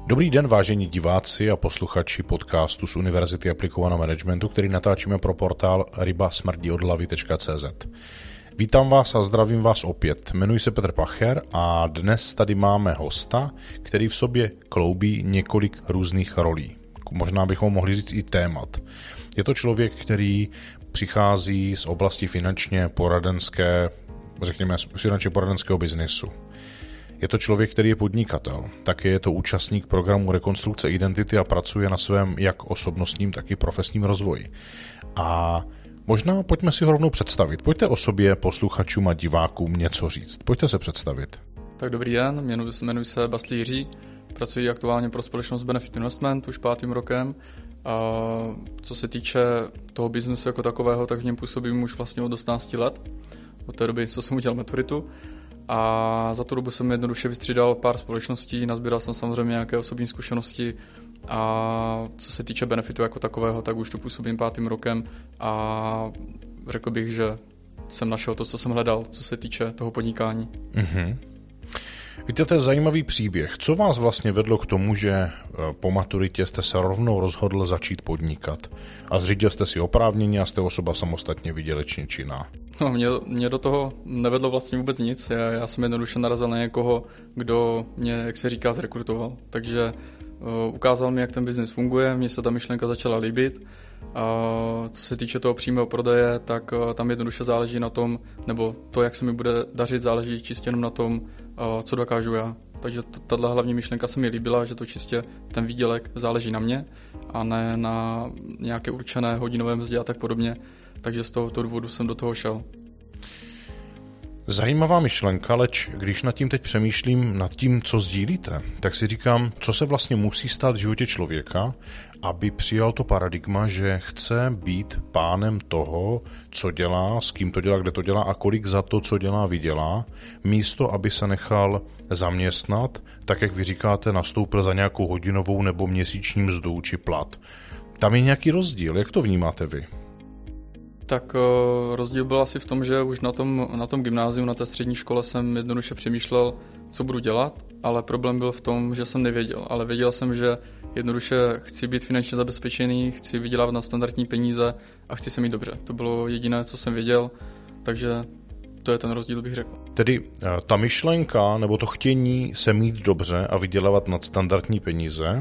Dobrý den, vážení diváci a posluchači podcastu z Univerzity aplikovaného managementu, který natáčíme pro portál rybasmrdiodhlavy.cz. Vítám vás a zdravím vás opět. Jmenuji se Petr Pacher a dnes tady máme hosta, který v sobě kloubí několik různých rolí. Možná bychom mohli říct i témat. Je to člověk, který přichází z oblasti finančně poradenského biznesu. Je to člověk, který je podnikatel, také je to účastník programu Rekonstrukce identity a pracuje na svém jak osobnostním, tak i profesním rozvoji. A možná pojďme si ho rovnou představit. Pojďte o sobě posluchačům a divákům něco říct. Pojďte se představit. Tak dobrý den, jmenuji se Bastl Jiří, pracuji aktuálně pro společnost Benefit Investment už 5. rokem. A co se týče toho biznesu jako takového, tak v něm působím už vlastně od 18 let, od té doby, co jsem udělal maturitu. A za tu dobu jsem jednoduše vystřídal pár společností, nazbíral jsem samozřejmě nějaké osobní zkušenosti a co se týče benefitu jako takového, tak už tu působím 5. rokem a řekl bych, že jsem našel to, co jsem hledal, co se týče toho podnikání. Mm-hmm. Víte, to je zajímavý příběh. Co vás vlastně vedlo k tomu, že po maturitě jste se rovnou rozhodl začít podnikat a zřídil jste si oprávnění a jste osoba samostatně výdělečně činná? No, mě do toho nevedlo vlastně vůbec nic. Já jsem jednoduše narazil na někoho, kdo mě, jak se říká, zrekrutoval. Takže ukázal mi, jak ten biznis funguje, mně se ta myšlenka začala líbit. A co se týče toho přímého prodeje, tak tam jednoduše záleží na tom, nebo to, jak se mi bude dařit, záleží čistě jenom na tom, co dokážu já. Takže tato hlavní myšlenka se mi líbila, že to čistě ten výdělek záleží na mě a ne na nějaké určené hodinové mzdě a tak podobně. Takže z tohoto důvodu jsem do toho šel. Zajímavá myšlenka, leč když nad tím teď přemýšlím, nad tím, co sdílíte, tak si říkám, co se vlastně musí stát v životě člověka, aby přijal to paradigma, že chce být pánem toho, co dělá, s kým to dělá, kde to dělá a kolik za to, co dělá, vydělá, místo, aby se nechal zaměstnat, tak jak vy říkáte, nastoupil za nějakou hodinovou nebo měsíční mzdu či plat. Tam je nějaký rozdíl, jak to vnímáte vy? Tak rozdíl byl asi v tom, že už na tom gymnáziu, na té střední škole jsem jednoduše přemýšlel, co budu dělat, ale problém byl v tom, že jsem nevěděl. Ale věděl jsem, že jednoduše chci být finančně zabezpečený, chci vydělávat na standardní peníze a chci se mít dobře. To bylo jediné, co jsem věděl, takže to je ten rozdíl, bych řekl. Tedy ta myšlenka nebo to chtění se mít dobře a vydělávat nad standardní peníze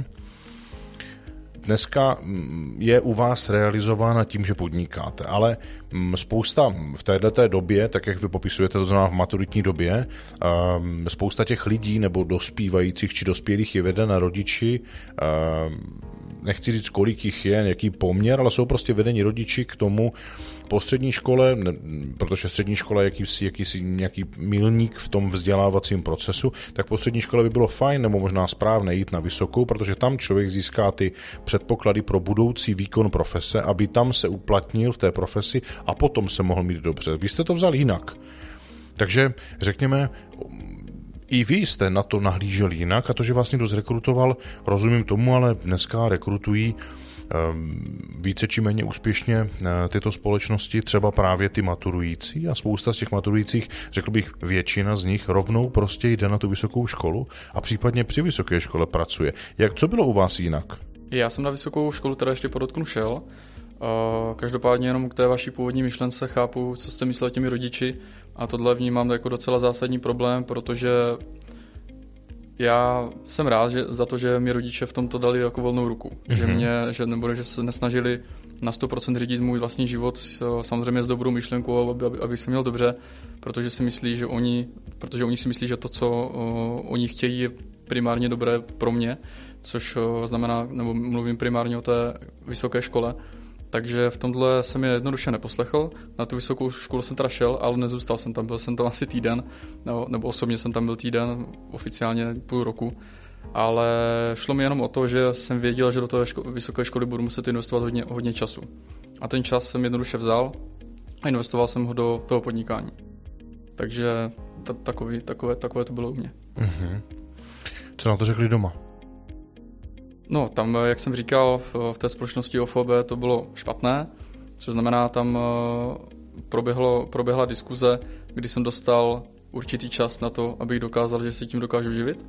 dneska je u vás realizována tím, že podnikáte, ale spousta v této době, tak jak vy popisujete, to znamená v maturitní době, spousta těch lidí nebo dospívajících či dospělých je vedena rodiči, nechci říct, kolik jich je, jaký poměr, ale jsou prostě vedeni rodiči k tomu po střední škole, protože střední škola je nějaký milník v tom vzdělávacím procesu, tak po střední škole by bylo fajn nebo možná správné jít na vysokou, protože tam člověk získá ty předpoklady pro budoucí výkon profese, aby tam se uplatnil v té profesi a potom se mohl mít dobře. Vy jste to vzal jinak. Takže řekněme, i vy jste na to nahlížel jinak a to, že vás někdo zrekrutoval, rozumím tomu, ale dneska rekrutují více či méně úspěšně tyto společnosti, třeba právě ty maturující a spousta z těch maturujících, řekl bych většina z nich, rovnou prostě jde na tu vysokou školu a případně při vysoké škole pracuje. Co bylo u vás jinak? Já jsem na vysokou školu teda ještě podotknu šel. Každopádně jenom k té vaší původní myšlence chápu, co jste mysleli těmi rodiči a tohle vnímám jako docela zásadní problém, protože já jsem rád za to, že mi rodiče v tomto dali jako volnou ruku, že se nesnažili na 100% řídit můj vlastní život, samozřejmě s dobrou myšlenkou, aby se měl dobře, protože oni si myslí, že to, co oni chtějí, je primárně dobré pro mě, což znamená, nebo mluvím primárně o té vysoké škole. Takže v tomhle jsem je jednoduše neposlechl. Na tu vysokou školu jsem teda šel, ale nezůstal jsem tam. Byl jsem tam asi týden, nebo osobně jsem tam byl týden, oficiálně půl roku. Ale šlo mi jenom o to, že jsem věděl, že do té vysoké školy budu muset investovat hodně času. A ten čas jsem jednoduše vzal a investoval jsem ho do toho podnikání. Takže takové to bylo u mě. Mm-hmm. Co na to řekli doma? No, tam, jak jsem říkal, v té společnosti OFB to bylo špatné, což znamená, tam proběhla diskuze, kdy jsem dostal určitý čas na to, abych dokázal, že si tím dokážu živit.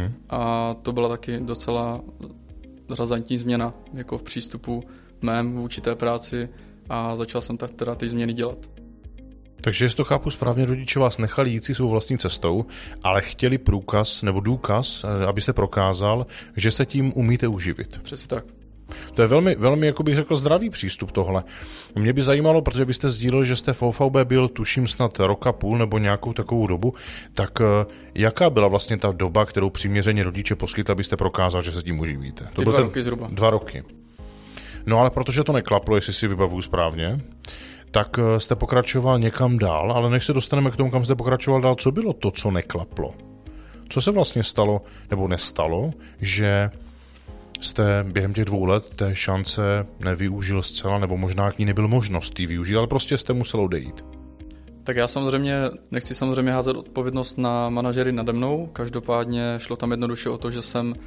A to byla taky docela razantní změna jako v přístupu mém vůči té práci a začal jsem tak teda ty změny dělat. Takže jestli to chápu správně, rodiče vás nechali jít si svou vlastní cestou, ale chtěli průkaz nebo důkaz, abyste prokázal, že se tím umíte uživit. Přesně tak. To je velmi, velmi, jako bych řekl, zdravý přístup tohle. Mě by zajímalo, protože byste sdílel, že jste v OVB byl, tuším, snad rok a půl nebo nějakou takovou dobu, tak jaká byla vlastně ta doba, kterou přiměřeně rodiče poskytli, abyste prokázal, že se tím uživíte? To byl 2 roky zhruba. 2 roky. No ale protože to neklaplo, jestli si vybavuju správně, tak jste pokračoval někam dál, ale než se dostaneme k tomu, kam jste pokračoval dál, co bylo to, co neklaplo? Co se vlastně stalo, nebo nestalo, že jste během těch 2 let té šance nevyužil zcela, nebo možná k ní nebyl možnost ji využít, ale prostě jste musel odejít? Tak já nechci samozřejmě házet odpovědnost na manažery nade mnou, každopádně šlo tam jednoduše o to, že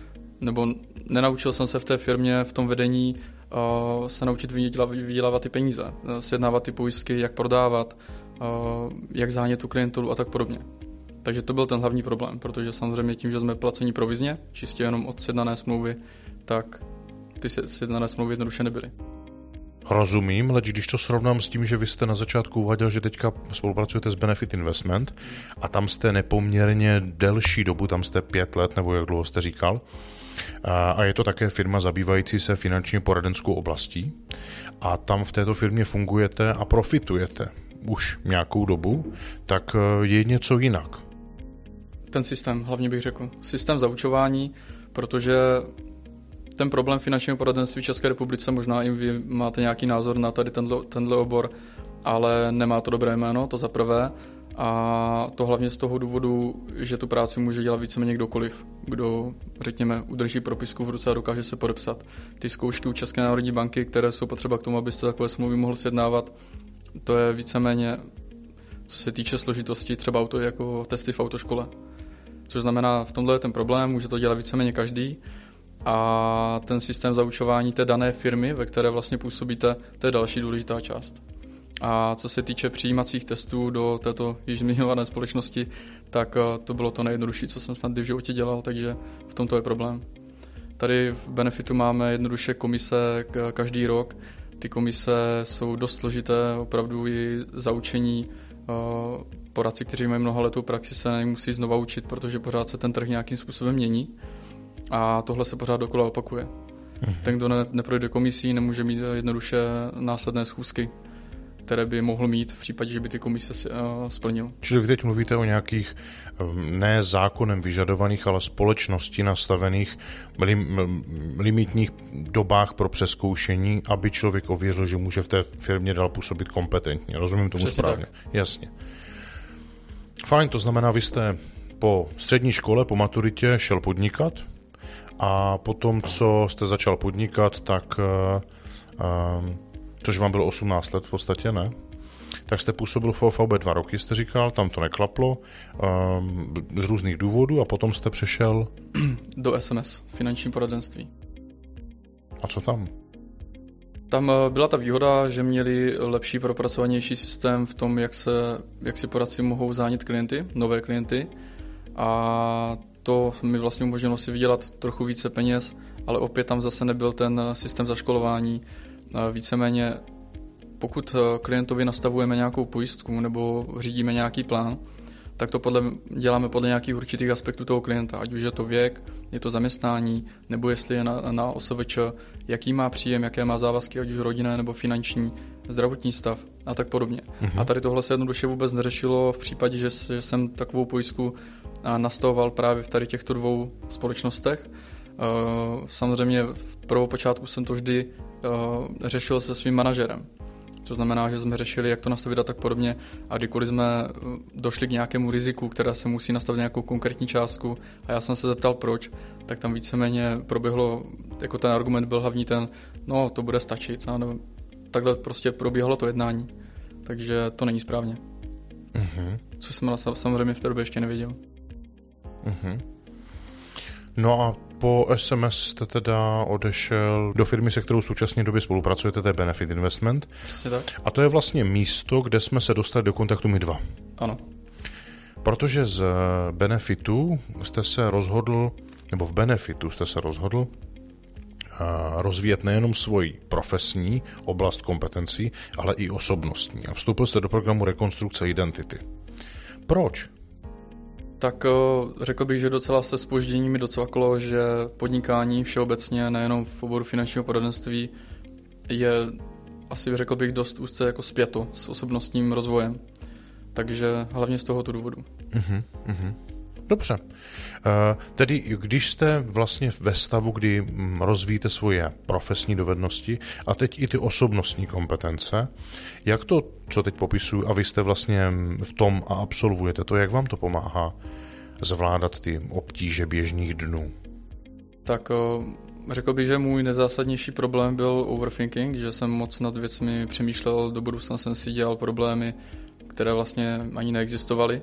nenaučil jsem se v té firmě, v tom vedení se naučit vydělávat ty peníze, sjednávat ty pojistky, jak prodávat, jak zánět tu klientelu a tak podobně. Takže to byl ten hlavní problém, protože samozřejmě tím, že jsme placeni provizně, čistě jenom od sjednané smlouvy, tak ty sjednané smlouvy jednoduše nebyly. Rozumím, ale když to srovnám s tím, že vy jste na začátku uváděl, že teďka spolupracujete s Benefit Investment a tam jste nepoměrně delší dobu, tam jste 5 let, nebo jak dlouho jste říkal, a je to také firma zabývající se finančně poradenskou oblastí a tam v této firmě fungujete a profitujete už nějakou dobu, tak je něco jinak. Ten systém, hlavně bych řekl. Systém zaučování, protože ten problém finančního poradenství v České republice, možná i vy máte nějaký názor na tady tenhle obor, ale nemá to dobré jméno, to za prvé. A to hlavně z toho důvodu, že tu práci může dělat víceméně kdokoliv, kdo, řekněme, udrží propisku v ruce a dokáže se podepsat. Ty zkoušky u České národní banky, které jsou potřeba k tomu, abyste takové smlouvy mohl sjednávat, to je víceméně, co se týče složitosti, třeba auto jako testy v autoškole. Což znamená, v tomhle je ten problém, může to dělat víceméně každý. A ten systém zaučování té dané firmy, ve které vlastně působíte, to je další důležitá část. A co se týče přijímacích testů do této již zmiňované společnosti, tak to bylo to nejjednodušší, co jsem snad v životě dělal, takže v tomto je problém. Tady v Benefitu máme jednoduše komise každý rok. Ty komise jsou dost složité, opravdu i zaučení. Poradci, kteří mají mnohaletou praxi, se nemusí znova učit, protože pořád se ten trh nějakým způsobem mění. A tohle se pořád dokola opakuje. Ten, kdo neprojde komisí, nemůže mít jednoduše následné schůzky, které by mohl mít v případě, že by ty komise splnil. Čili vy teď mluvíte o nějakých ne zákonem vyžadovaných, ale společností nastavených limitních dobách pro přezkoušení, aby člověk ověřil, že může v té firmě dál působit kompetentně. Rozumím tomu přesně správně? Tak. Jasně. Fajn, to znamená, vy jste po střední škole, po maturitě šel podnikat a potom, co jste začal podnikat, tak což vám bylo 18 let v podstatě, ne? Tak jste působil v OVB 2 roky, jste říkal, tam to neklaplo z různých důvodů a potom jste přešel do SMS, finanční poradenství. A co tam? Tam byla ta výhoda, že měli lepší, propracovanější systém v tom, jak si poradci mohou zánit klienty, nové klienty. A to mi vlastně umožnilo si vydělat trochu více peněz, ale opět tam zase nebyl ten systém zaškolování. Víceméně, pokud klientovi nastavujeme nějakou pojistku nebo řídíme nějaký plán, tak to děláme podle nějakých určitých aspektů toho klienta, ať už je to věk, je to zaměstnání, nebo jestli je na OSVČ, jaký má příjem, jaké má závazky, ať už rodinné nebo finanční, zdravotní stav a tak podobně. A tady tohle se jednoduše vůbec neřešilo v případě, že jsem takovou pojistku nastavoval právě v tady těchto 2 společnostech. Samozřejmě v prvopočátku jsem to vždy řešil se svým manažerem. To znamená, že jsme řešili, jak to nastavit a tak podobně. A kdykoliv jsme došli k nějakému riziku, která se musí nastavit nějakou konkrétní částku, a já jsem se zeptal proč, tak tam víceméně proběhlo, jako ten argument byl hlavní ten, no to bude stačit. A takhle prostě probíhalo to jednání. Takže to není správně. Což jsem samozřejmě v té době ještě nevěděl. No a po SMS jste teda odešel do firmy, se kterou v současné době spolupracujete, to je Benefit Investment. Přesně tak. A to je vlastně místo, kde jsme se dostali do kontaktu my 2. Ano. protože z Benefitu jste se rozhodl, nebo v Benefitu jste se rozhodl rozvíjet nejenom svoji profesní oblast kompetencí, ale i osobnostní. A vstoupil jste do programu rekonstrukce identity. Proč? Tak řekl bych, že docela se zpožděním mi docvaklo, že podnikání všeobecně, nejenom v oboru finančního poradenství, je asi řekl bych dost úzce jako spjato s osobnostním rozvojem. Takže hlavně z tohoto důvodu. Dobře. Tedy když jste vlastně ve stavu, kdy rozvíjíte svoje profesní dovednosti a teď i ty osobnostní kompetence, jak to, co teď popisuju, a vy jste vlastně v tom a absolvujete to, jak vám to pomáhá zvládat ty obtíže běžných dnů? Tak řekl bych, že můj nejzásadnější problém byl overthinking, že jsem moc nad věcmi přemýšlel, do budoucna jsem si dělal problémy, které vlastně ani neexistovaly.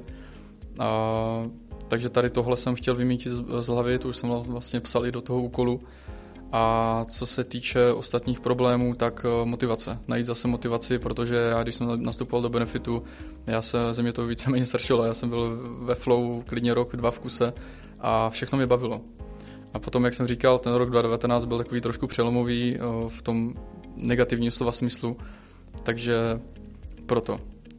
Takže tady tohle jsem chtěl vymýtit z hlavy, to už jsem vlastně psal i do toho úkolu. A co se týče ostatních problémů, tak motivace. Najít zase motivaci, protože já, když jsem nastupoval do Benefitu, ze mě to víceméně strčilo. Já jsem byl ve flow klidně rok, 2 v kuse a všechno mě bavilo. A potom, jak jsem říkal, ten rok 2019 byl takový trošku přelomový v tom negativním slova smyslu, takže proto.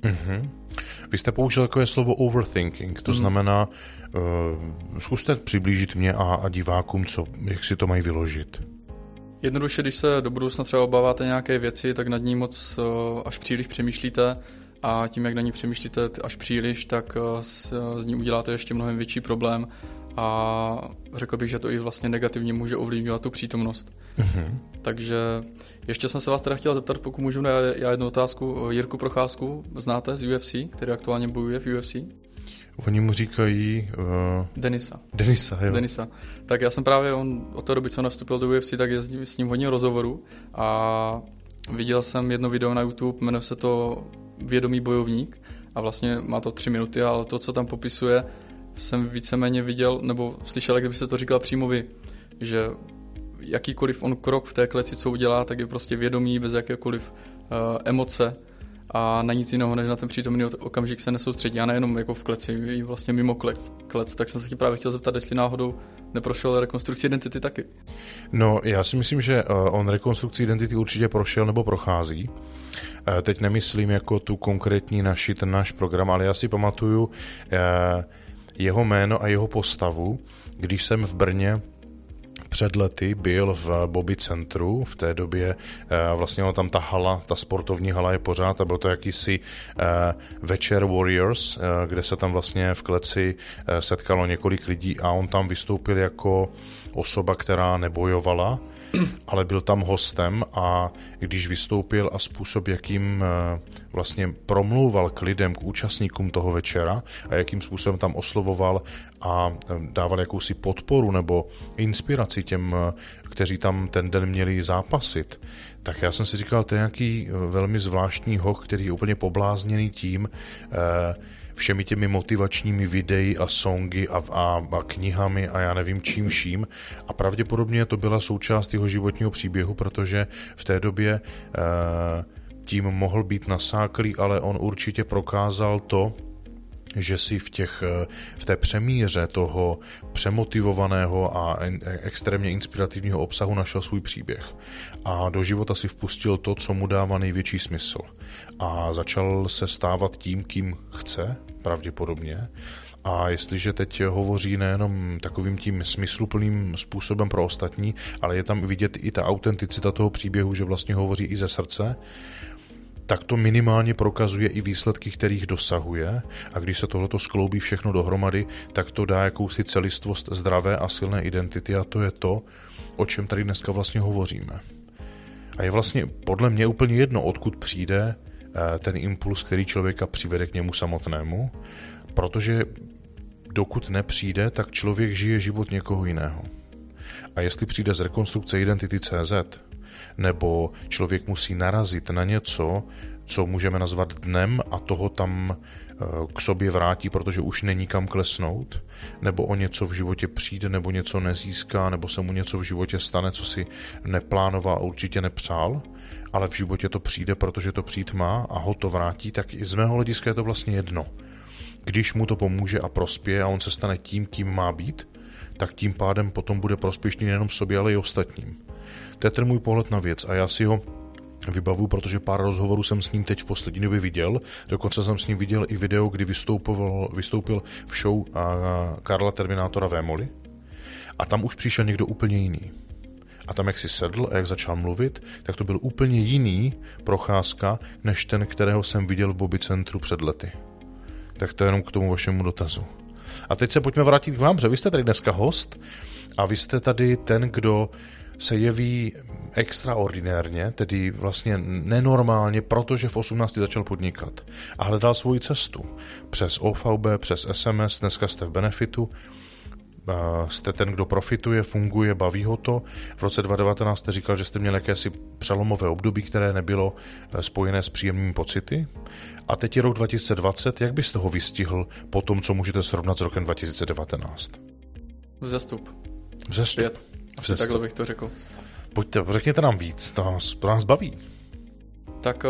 Vy jste použil takové slovo overthinking, to znamená, zkuste přiblížit mě a divákům, jak si to mají vyložit. Jednoduše, když se do budoucna třeba obáváte nějaké věci, tak nad ní moc až příliš přemýšlíte a tím, jak na ní přemýšlíte až příliš, tak z ní uděláte ještě mnohem větší problém a řekl bych, že to i vlastně negativně může ovlivňovat tu přítomnost. Takže ještě jsem se vás teda chtěl zeptat, pokud můžu, já jednu otázku. Jirku Procházku znáte z UFC, který aktuálně bojuje v UFC? Oni mu říkají... Denisa, jo. Denisa. Tak já jsem právě, od té doby, co navstoupil do UFC, tak jezdím s ním hodně rozhovorů a viděl jsem jedno video na YouTube, jmenuje se to Vědomý bojovník a vlastně má to 3 minuty, ale to, co tam popisuje, jsem víceméně viděl, nebo slyšel, kdyby se to říkal přímo vy, že jakýkoliv on krok v té kleci, co udělá, tak je prostě vědomý, bez jakékoliv emoce a na nic jiného, než na ten přítomný okamžik se nesoustředí. A nejenom jako v kleci, i vlastně mimo klec. Tak jsem se právě chtěl zeptat, jestli náhodou neprošel rekonstrukci identity taky. No, já si myslím, že on rekonstrukci identity určitě prošel nebo prochází. Teď nemyslím jako tu konkrétní ten náš program, ale já si pamatuju jeho jméno a jeho postavu, když jsem v Brně před lety byl v Bobby centru, v té době vlastně tam ta hala, ta sportovní hala je pořád a byl to jakýsi večer Warriors, kde se tam vlastně v kleci setkalo několik lidí a on tam vystoupil jako osoba, která nebojovala, ale byl tam hostem a když vystoupil a způsob, jakým vlastně promlouval k lidem, k účastníkům toho večera a jakým způsobem tam oslovoval a dával jakousi podporu nebo inspiraci těm, kteří tam ten den měli zápasit, tak já jsem si říkal, to je nějaký velmi zvláštní hoch, který je úplně poblázněný tím, všemi těmi motivačními videi a songy a knihami a já nevím čím vším. A pravděpodobně to byla součást jeho životního příběhu, protože v té době tím mohl být nasáklý, ale on určitě prokázal to, že si v té přemíře toho přemotivovaného a extrémně inspirativního obsahu našel svůj příběh. A do života si vpustil to, co mu dává největší smysl. A začal se stávat tím, kým chce, pravděpodobně. A jestliže teď hovoří nejenom takovým tím smysluplným způsobem pro ostatní, ale je tam vidět i ta autenticita toho příběhu, že vlastně hovoří i ze srdce, tak to minimálně prokazuje i výsledky, kterých dosahuje a když se tohleto skloubí všechno dohromady, tak to dá jakousi celistvost zdravé a silné identity a to je to, o čem tady dneska vlastně hovoříme. A je vlastně podle mě úplně jedno, odkud přijde ten impuls, který člověka přivede k němu samotnému, protože dokud nepřijde, tak člověk žije život někoho jiného. A jestli přijde z rekonstrukce identity.cz, nebo člověk musí narazit na něco, co můžeme nazvat dnem a toho tam k sobě vrátí, protože už není kam klesnout, nebo o něco v životě přijde, nebo něco nezíská, nebo se mu něco v životě stane, co si neplánoval a určitě nepřál, ale v životě to přijde, protože to přijít má a ho to vrátí, tak z mého hlediska je to vlastně jedno. když mu to pomůže a prospěje a on se stane tím, kým má být, tak tím pádem potom bude prospěšný nejenom sobě, ale i ostatním. To je ten můj pohled na věc a já si ho vybavuju, protože pár rozhovorů jsem s ním teď v poslední době viděl. Dokonce jsem s ním viděl i video, kdy vystoupil v show Karla Terminátora Vémoli. A tam už přišel někdo úplně jiný. A tam, jak si sedl a jak začal mluvit, tak to byl úplně jiný Procházka, než ten, kterého jsem viděl v Bobby Centru před lety. Tak to je jenom k tomu vašemu dotazu. A teď se pojďme vrátit k vám, protože vy jste tady dneska host a vy jste tady ten, kdo se jeví extraordinárně, tedy vlastně nenormálně, protože v 18 začal podnikat a hledal svoji cestu. Přes OVB, přes SMS, dneska jste v Benefitu, jste ten, kdo profituje, funguje, baví ho to. V roce 2019 jste říkal, že jste měl jakési přelomové období, které nebylo spojené s příjemnými pocity. A teď je rok 2020, jak byste ho vystihl po tom, co můžete srovnat s rokem 2019? Vzestup. Vzestup. Asi takhle bych to řekl. Pojďte, řekněte nám víc, to nás baví. Tak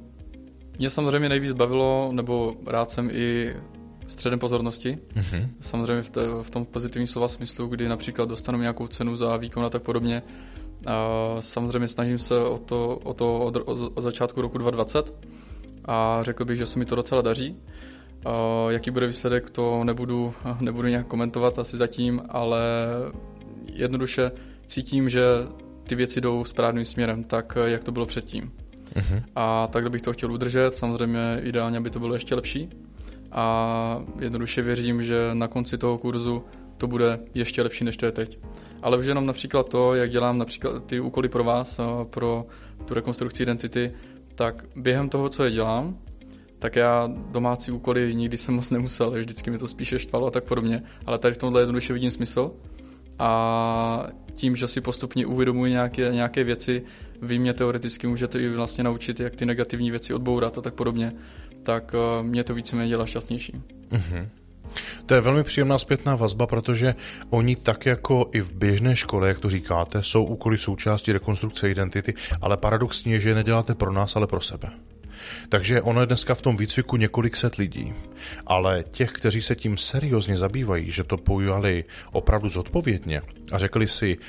mě samozřejmě nejvíc bavilo, nebo rád jsem i středem pozornosti. Mm-hmm. Samozřejmě v tom pozitivním slova smyslu, kdy například dostanu nějakou cenu za výkon a tak podobně. Samozřejmě snažím se o to od začátku roku 2020 a řekl bych, že se mi to docela daří. Jaký bude výsledek, to nebudu nějak komentovat asi zatím, ale jednoduše cítím, že ty věci jdou správným směrem, tak jak to bylo předtím. Uh-huh. A takhle bych to chtěl udržet, samozřejmě ideálně by to bylo ještě lepší a jednoduše věřím, že na konci toho kurzu to bude ještě lepší, než to je teď. Ale už jenom například to, jak dělám například ty úkoly pro vás, pro tu rekonstrukci identity, tak během toho, co je dělám, tak já domácí úkoly nikdy jsem moc nemusel, vždycky mi to spíše štvalo a tak podobně, ale tady v tomhle jednoduše vidím smysl. A tím, že si postupně uvědomuji nějaké věci, vy mě teoreticky můžete i vlastně naučit, jak ty negativní věci odbourat a tak podobně, tak mě to víceméně dělá šťastnější. Mm-hmm. To je velmi příjemná zpětná vazba, protože oni tak jako i v běžné škole, jak to říkáte, jsou úkoly součástí rekonstrukce identity, ale paradoxně je, že je neděláte pro nás, ale pro sebe. Takže ono je dneska v tom výcviku několik set lidí, ale těch, kteří se tím seriózně zabývají, že to pojali opravdu zodpovědně a řekli si,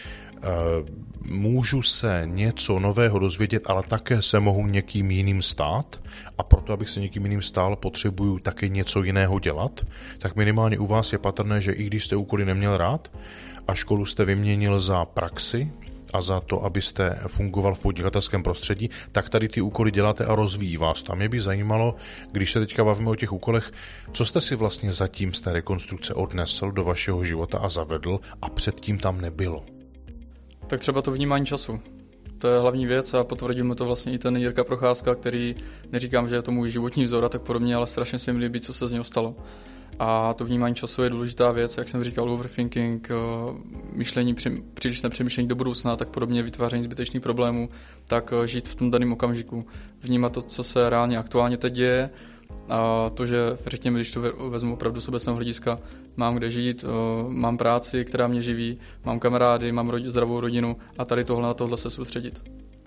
můžu se něco nového dozvědět, ale také se mohu někým jiným stát a proto, abych se někým jiným stál, potřebuju také něco jiného dělat, tak minimálně u vás je patrné, že i když jste úkoly neměl rád a školu jste vyměnil za praxi, a za to, abyste fungoval v podnikatelském prostředí, tak tady ty úkoly děláte a rozvíjí vás. Tam mě by zajímalo, když se teďka bavíme o těch úkolech, co jste si vlastně zatím z té rekonstrukce odnesl do vašeho života a zavedl a předtím tam nebylo? Tak třeba to vnímání času. To je hlavní věc a potvrdil mi to vlastně i ten Jirka Procházka, který, neříkám, že je to můj životní vzor a tak podobně, ale strašně se mi líbí, co se z něho stalo. A to vnímání času je důležitá věc, jak jsem říkal, overthinking, myšlení, přílišné přemýšlení do budoucna a tak podobně, vytváření zbytečných problémů, tak žít v tom daném okamžiku, vnímat to, co se reálně aktuálně teď děje a to, že řekněme, když to vezmu opravdu z obecného hlediska, mám kde žít, mám práci, která mě živí, mám kamarády, mám zdravou rodinu a tady na tohle se soustředit.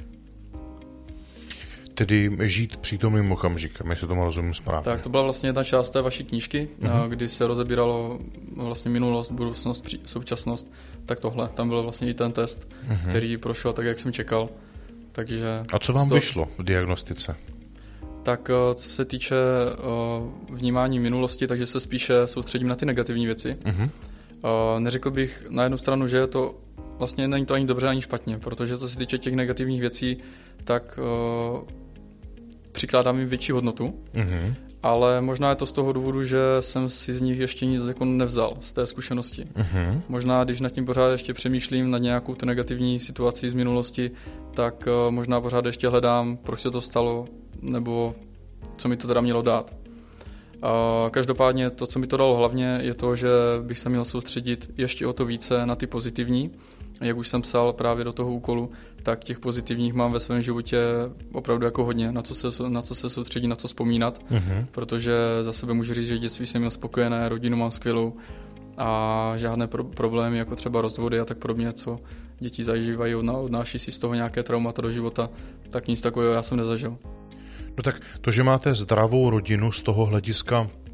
Tedy žít přítomným okamžikem, jestli tomu rozumím správně. Tak to byla vlastně jedna část té vaší knížky, kdy se rozebíralo vlastně minulost, budoucnost, současnost, tak tohle, tam byl vlastně i ten test, který prošel tak, jak jsem čekal. Takže a co vám vyšlo v diagnostice? Tak co se týče vnímání minulosti, takže se spíše soustředím na ty negativní věci. Neřekl bych na jednu stranu, že je to vlastně není to ani dobře, ani špatně, protože co se týče těch negativních věcí, tak přikládám jim větší hodnotu, ale možná je to z toho důvodu, že jsem si z nich ještě nic jako nevzal z té zkušenosti. Možná, když nad tím pořád ještě přemýšlím nad nějakou tu negativní situaci z minulosti, tak možná pořád ještě hledám, proč se to stalo, nebo co mi to teda mělo dát. Každopádně to, co mi to dalo hlavně, je to, že bych se měl soustředit ještě o to více na ty pozitivní. Jak už jsem psal právě do toho úkolu, tak těch pozitivních mám ve svém životě opravdu jako hodně, na co se soustředit, na co vzpomínat, protože za sebe můžu říct, že dětství jsem měl spokojené, rodinu mám skvělou a žádné problémy, jako třeba rozvody a tak podobně, co děti zažívají, odnáší si z toho nějaké traumata do života, tak nic takového já jsem nezažil. No tak to, že máte zdravou rodinu z toho hlediska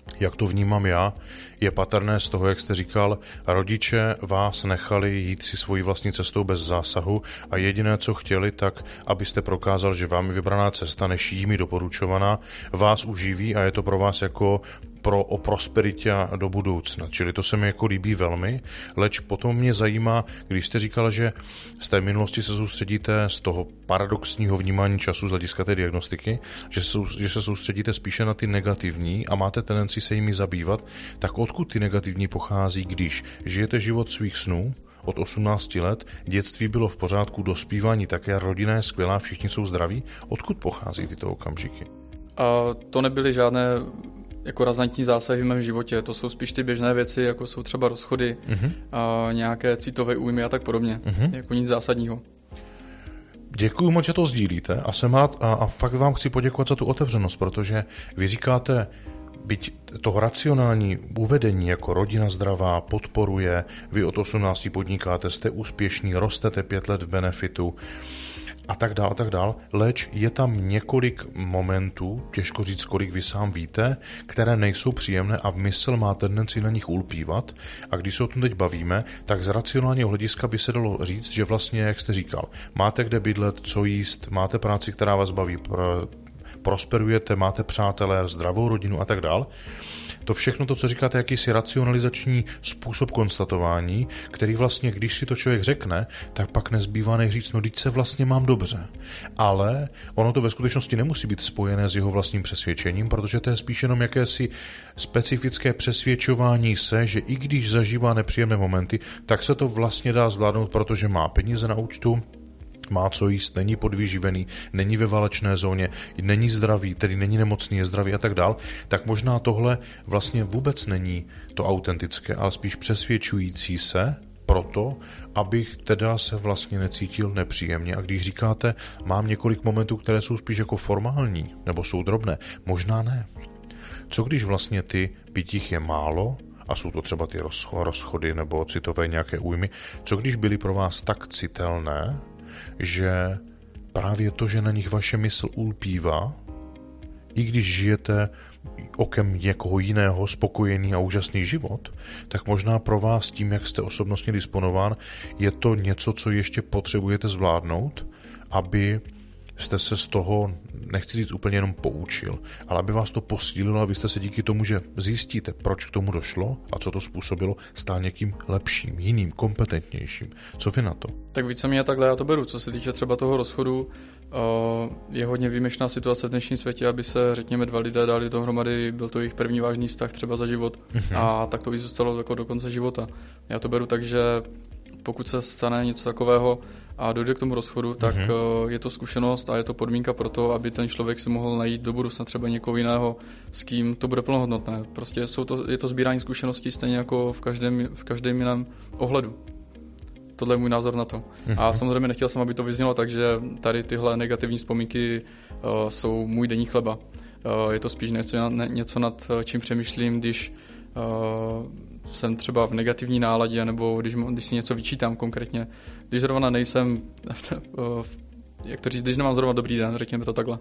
jak to vnímám já, je patrné z toho, jak jste říkal, rodiče vás nechali jít si svojí vlastní cestou bez zásahu a jediné, co chtěli, tak abyste prokázal, že vám je vybraná cesta, než jimi doporučovaná, vás uživí a je to pro vás jako o prosperitě do budoucna. Čili to se mi jako líbí velmi, leč potom mě zajímá, když jste říkal, že z té minulosti se soustředíte z toho paradoxního vnímání času z hlediska té diagnostiky, že se soustředíte spíše na ty negativní a máte tendenci se jimi zabývat, tak odkud ty negativní pochází, když žijete život svých snů, od 18 let, dětství bylo v pořádku, dospívání také, rodina je skvělá, všichni jsou zdraví. Odkud pochází tyto okamžiky? A to nebyly žádné jako razantní zásahy v mém životě. To jsou spíš ty běžné věci, jako jsou třeba rozchody, a nějaké citové újmy a tak podobně. Jako nic zásadního. Děkuji moc, že to sdílíte a fakt vám chci poděkovat za tu otevřenost, protože vy říkáte, byť toho racionální uvedení jako rodina zdravá podporuje, vy od 18 podnikáte, jste úspěšní, rostete 5 let v benefitu, a tak dál, leč je tam několik momentů, těžko říct, kolik vy sám víte, které nejsou příjemné a mysl má tendenci na nich ulpívat. A když se o tom teď bavíme, tak z racionálního hlediska by se dalo říct, že vlastně, jak jste říkal, máte kde bydlet, co jíst, máte práci, která vás baví, prosperujete, máte přátelé, zdravou rodinu a tak dál. To všechno to, co říkáte, jakýsi racionalizační způsob konstatování, který vlastně, když si to člověk řekne, tak pak nezbývá než říct, no teď se vlastně mám dobře. Ale ono to ve skutečnosti nemusí být spojené s jeho vlastním přesvědčením, protože to je spíš jenom jakési specifické přesvědčování se, že i když zažívá nepříjemné momenty, tak se to vlastně dá zvládnout, protože má peníze na účtu, má co jíst, není podvyživený, není ve válečné zóně, není zdravý, tedy není nemocný, je zdravý a tak dál, tak možná tohle vlastně vůbec není to autentické, ale spíš přesvědčující se proto, abych teda se vlastně necítil nepříjemně. A když říkáte, mám několik momentů, které jsou spíš jako formální, nebo jsou drobné, možná ne. Co když vlastně ty, byť jich je málo, a jsou to třeba ty rozchody nebo citové nějaké újmy, co když byly pro vás tak citelné, že právě to, že na nich vaše mysl ulpívá, i když žijete okem někoho jiného spokojený a úžasný život, tak možná pro vás tím, jak jste osobnostně disponován, je to něco, co ještě potřebujete zvládnout, aby jste se z toho, nechci říct úplně jenom poučil, ale aby vás to posílilo a vy jste se díky tomu, že zjistíte, proč k tomu došlo a co to způsobilo, stál někým lepším, jiným, kompetentnějším. Co vy na to? Tak víceméně takhle já to beru. Co se týče třeba toho rozchodu, je hodně výjimečná situace v dnešním světě, aby se, řekněme, 2 lidé dali dohromady, byl to jejich první vážný vztah třeba za život a tak to by zůstalo jako do konce života. Já to beru tak, že pokud se stane něco takového a dojde k tomu rozchodu, tak je to zkušenost a je to podmínka pro to, aby ten člověk si mohl najít do budoucna třeba někoho jiného, s kým to bude plnohodnotné. Prostě je to sbírání zkušeností stejně jako v každém jiném ohledu. Tohle je můj názor na to. A samozřejmě nechtěl jsem, aby to vyznělo tak, že tady tyhle negativní vzpomínky jsou můj denní chleba. Je to spíš něco nad čím přemýšlím, když jsem třeba v negativní náladě, nebo když si něco vyčítám konkrétně. Když zrovna nejsem, jak to říct, když nemám zrovna dobrý den, řekněme to takhle.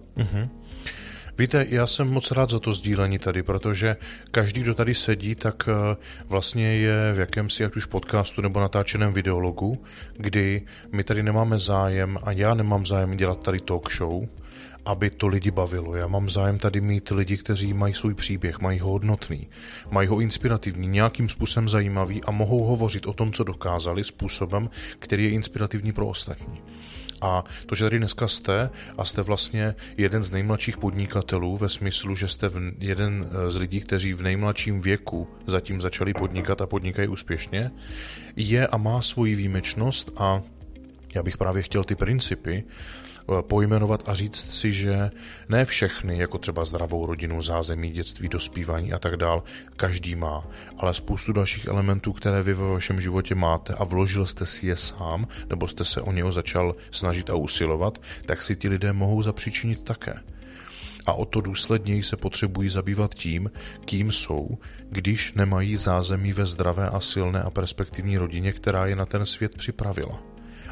Víte, já jsem moc rád za to sdílení tady, protože každý, kdo tady sedí, tak vlastně je v jakémsi, ať už podcastu nebo natáčeném videologu, kdy my tady nemáme zájem a já nemám zájem dělat tady talk show, aby to lidi bavilo. Já mám zájem tady mít lidi, kteří mají svůj příběh, mají ho hodnotný, mají ho inspirativní, nějakým způsobem zajímavý a mohou hovořit o tom, co dokázali, způsobem, který je inspirativní pro ostatní. A to, že tady dneska jste a jste vlastně jeden z nejmladších podnikatelů ve smyslu, že jste jeden z lidí, kteří v nejmladším věku zatím začali podnikat a podnikají úspěšně, je a má svoji výjimečnost a já bych právě chtěl ty principy pojmenovat a říct si, že ne všechny, jako třeba zdravou rodinu, zázemí, dětství, dospívání a tak dál, každý má, ale spoustu dalších elementů, které vy ve vašem životě máte a vložil jste si je sám, nebo jste se o něho začal snažit a usilovat, tak si ti lidé mohou zapříčinit také. A o to důsledněji se potřebují zabývat tím, kým jsou, když nemají zázemí ve zdravé a silné a perspektivní rodině, která je na ten svět připravila.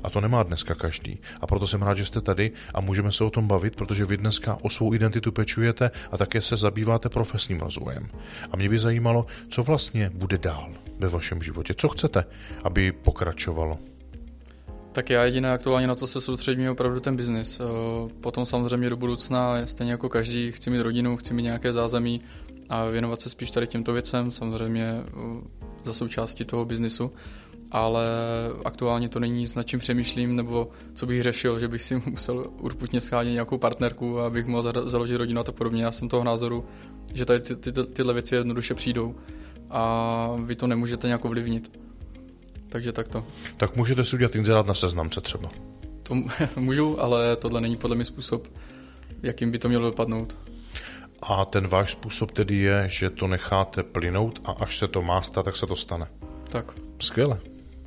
A to nemá dneska každý. A proto jsem rád, že jste tady a můžeme se o tom bavit, protože vy dneska o svou identitu pečujete a také se zabýváte profesním rozvojem. A mě by zajímalo, co vlastně bude dál ve vašem životě. Co chcete, aby pokračovalo? Tak já jediné aktuálně na co se soustředím je opravdu ten biznis. Potom samozřejmě do budoucna, stejně jako každý, chci mít rodinu, chci mít nějaké zázemí a věnovat se spíš tady těmto věcem, samozřejmě za součástí toho biznisu, ale aktuálně to není nic, nad čím přemýšlím, nebo co bych řešil, že bych si musel urputně schánět nějakou partnerku, abych mohl založit rodinu a to podobně. Já jsem toho názoru, že tady tyhle věci jednoduše přijdou a vy to nemůžete nějak ovlivnit. Takže takto. Tak můžete si udělat inzerát na Seznamce třeba. To můžu, ale tohle není podle mě způsob, jakým by to mělo dopadnout. A ten váš způsob tedy je, že to necháte plynout a až se to má stát, tak se to stane. Tak. Skvěle.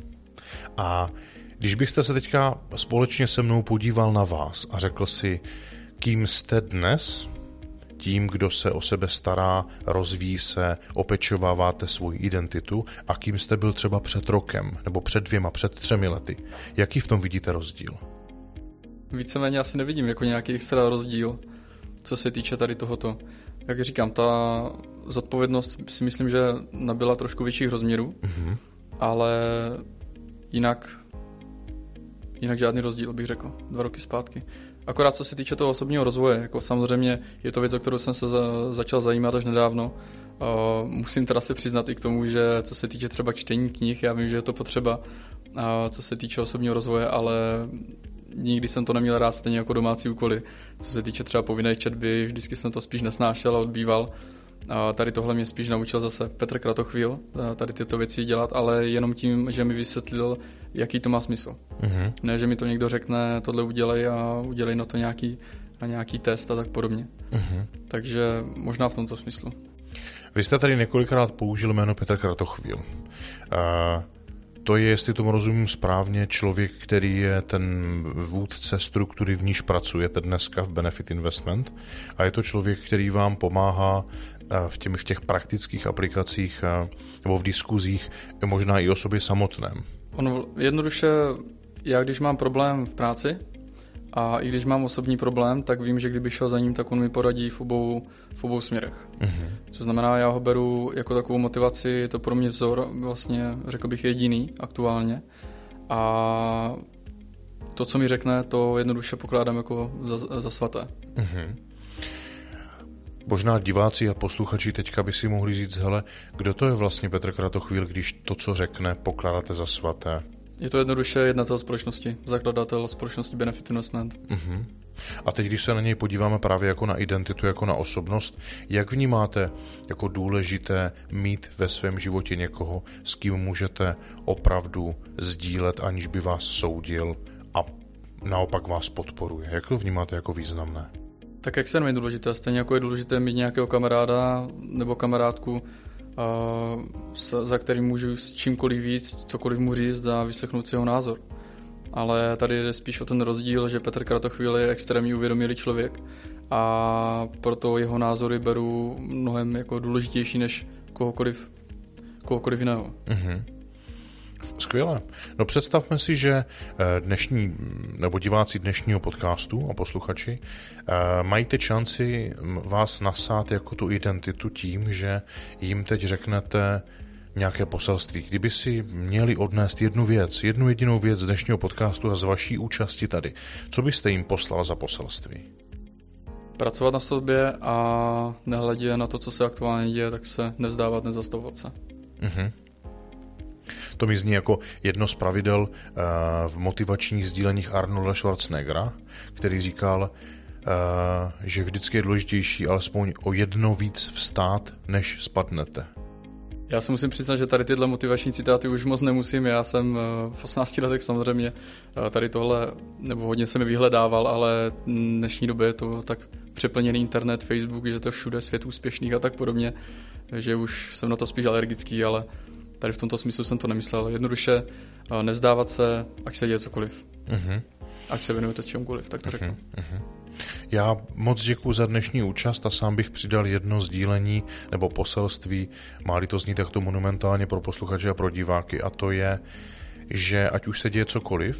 A když byste se teďka společně se mnou podíval na vás a řekl si, kým jste dnes, tím, kdo se o sebe stará, rozvíjí se, opečováváte svoji identitu a kým jste byl třeba před rokem, nebo před 2, před 3 lety. Jaký v tom vidíte rozdíl? Víceméně asi nevidím jako nějaký extra rozdíl, co se týče tady tohoto. Jak říkám, ta zodpovědnost si myslím, že nabyla trošku větších rozměrů, ale jinak žádný rozdíl, bych řekl, 2 roky zpátky. Akorát co se týče toho osobního rozvoje, jako samozřejmě je to věc, o kterou jsem se začal zajímat až nedávno. Musím teda se přiznat i k tomu, že co se týče třeba čtení knih, já vím, že je to potřeba, co se týče osobního rozvoje, ale nikdy jsem to neměl rád stejně jako domácí úkoly. Co se týče třeba povinné četby, vždycky jsem to spíš nesnášel a odbýval. A tady tohle mě spíš naučil zase Petr Kratochvíl, tady tyto věci dělat, ale jenom tím, že mi vysvětlil, jaký to má smysl. Ne, že mi to někdo řekne, tohle udělej a udělej na to nějaký test a tak podobně. Takže možná v tomto smyslu. Vy jste tady několikrát použil jméno Petr Kratochvíl. To je, jestli tomu rozumím správně, člověk, který je ten vůdce struktury, v níž pracujete dneska v Benefit Investment a je to člověk, který vám pomáhá v těch praktických aplikacích nebo v diskuzích, možná i o sobě samotném. Jednoduše, já když mám problém v práci a i když mám osobní problém, tak vím, že kdyby šel za ním, tak on mi poradí v obou směrech. Co znamená, já ho beru jako takovou motivaci, je to pro mě vzor, vlastně řekl bych jediný aktuálně. A to, co mi řekne, to jednoduše pokládám jako za svaté. Možná diváci a posluchači teďka by si mohli říct, hele, kdo to je vlastně Petr Kratochvíl, když to, co řekne, pokládáte za svaté? Je to jednoduše jednatel společnosti, zakladatel společnosti Benefit Investment. A teď, když se na něj podíváme právě jako na identitu, jako na osobnost, jak vnímáte jako důležité mít ve svém životě někoho, s kým můžete opravdu sdílet, aniž by vás soudil a naopak vás podporuje? Jak to vnímáte jako významné? Tak jak se je důležité, stejně jako je důležité mít nějakého kamaráda nebo kamarádku, za kterým můžu s čímkoliv víc, cokoliv mu říct a vyslechnout si jeho názor. Ale tady jde spíš o ten rozdíl, že Petr Kratochvíl je extrémně uvědomělý člověk a proto jeho názory beru mnohem jako důležitější než kohokoliv jiného. Skvěle. No představme si, že diváci dnešního podcastu a posluchači mají teď šanci vás nasát jako tu identitu tím, že jim teď řeknete nějaké poselství. Kdyby si měli odnést jednu jedinou věc z dnešního podcastu a z vaší účasti tady, co byste jim poslal za poselství? Pracovat na sobě a nehledě na to, co se aktuálně děje, tak se nevzdávat, nezastavovat se. To mi zní jako jedno z pravidel v motivačních sdíleních Arnolda Schwarzeneggera, který říkal, že vždycky je důležitější alespoň o jedno víc vstát, než spadnete. Já se musím přiznat, že tady tyhle motivační citáty už moc nemusím. Já jsem v 18 letech samozřejmě tady tohle, nebo hodně jsem je vyhledával, ale v dnešní době je to tak přeplněný internet, Facebook, že to je všude svět úspěšných a tak podobně, že už jsem na to spíš alergický, ale tady v tomto smyslu jsem to nemyslel. Jednoduše nevzdávat se, ať se děje cokoliv. Ať se věnujete čemukoliv, tak to řeknu. Já moc děkuji za dnešní účast a sám bych přidal jedno sdílení nebo poselství, má-li to znít takto monumentálně pro posluchače a pro diváky, a to je, že ať už se děje cokoliv,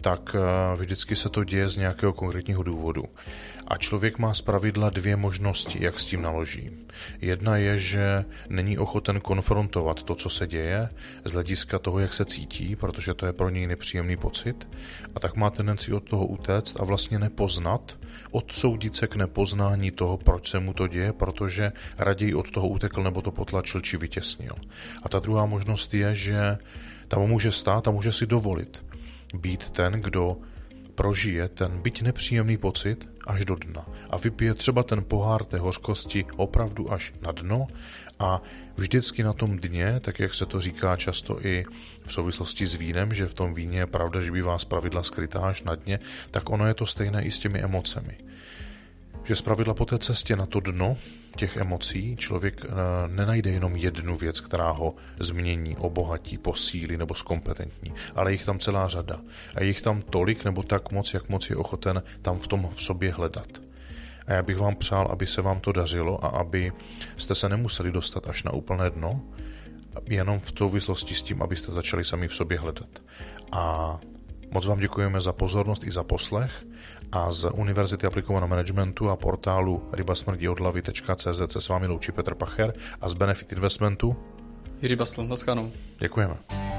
tak vždycky se to děje z nějakého konkrétního důvodu. A člověk má zpravidla dvě možnosti, jak s tím naloží. Jedna je, že není ochoten konfrontovat to, co se děje, z hlediska toho, jak se cítí, protože to je pro něj nepříjemný pocit, a tak má tendenci od toho utéct a vlastně nepoznat, odsoudit se k nepoznání toho, proč se mu to děje, protože raději od toho utekl nebo to potlačil či vytěsnil. A ta druhá možnost je, že tam může stát a může si dovolit být ten, kdo prožije ten byť nepříjemný pocit až do dna a vypije třeba ten pohár té hořkosti opravdu až na dno a vždycky na tom dně, tak jak se to říká často i v souvislosti s vínem, že v tom víně je pravda, že bývá zpravidla skrytá až na dně, tak ono je to stejné i s těmi emocemi. Že zpravidla po té cestě na to dno těch emocí člověk nenajde jenom jednu věc, která ho změní, obohatí, posílí nebo zkompetentní, ale jich tam celá řada. A jich tam tolik nebo tak moc, jak moc je ochoten tam v tom v sobě hledat. A já bych vám přál, aby se vám to dařilo a aby jste se nemuseli dostat až na úplné dno, jenom v souvislosti s tím, abyste začali sami v sobě hledat. A moc vám děkujeme za pozornost i za poslech a z Univerzity aplikovaného managementu a portálu rybasmrdiodlavy.cz se s vámi loučí Petr Pacher a z Benefit Investmentu Jiří Bastl, naschledanou. Děkujeme.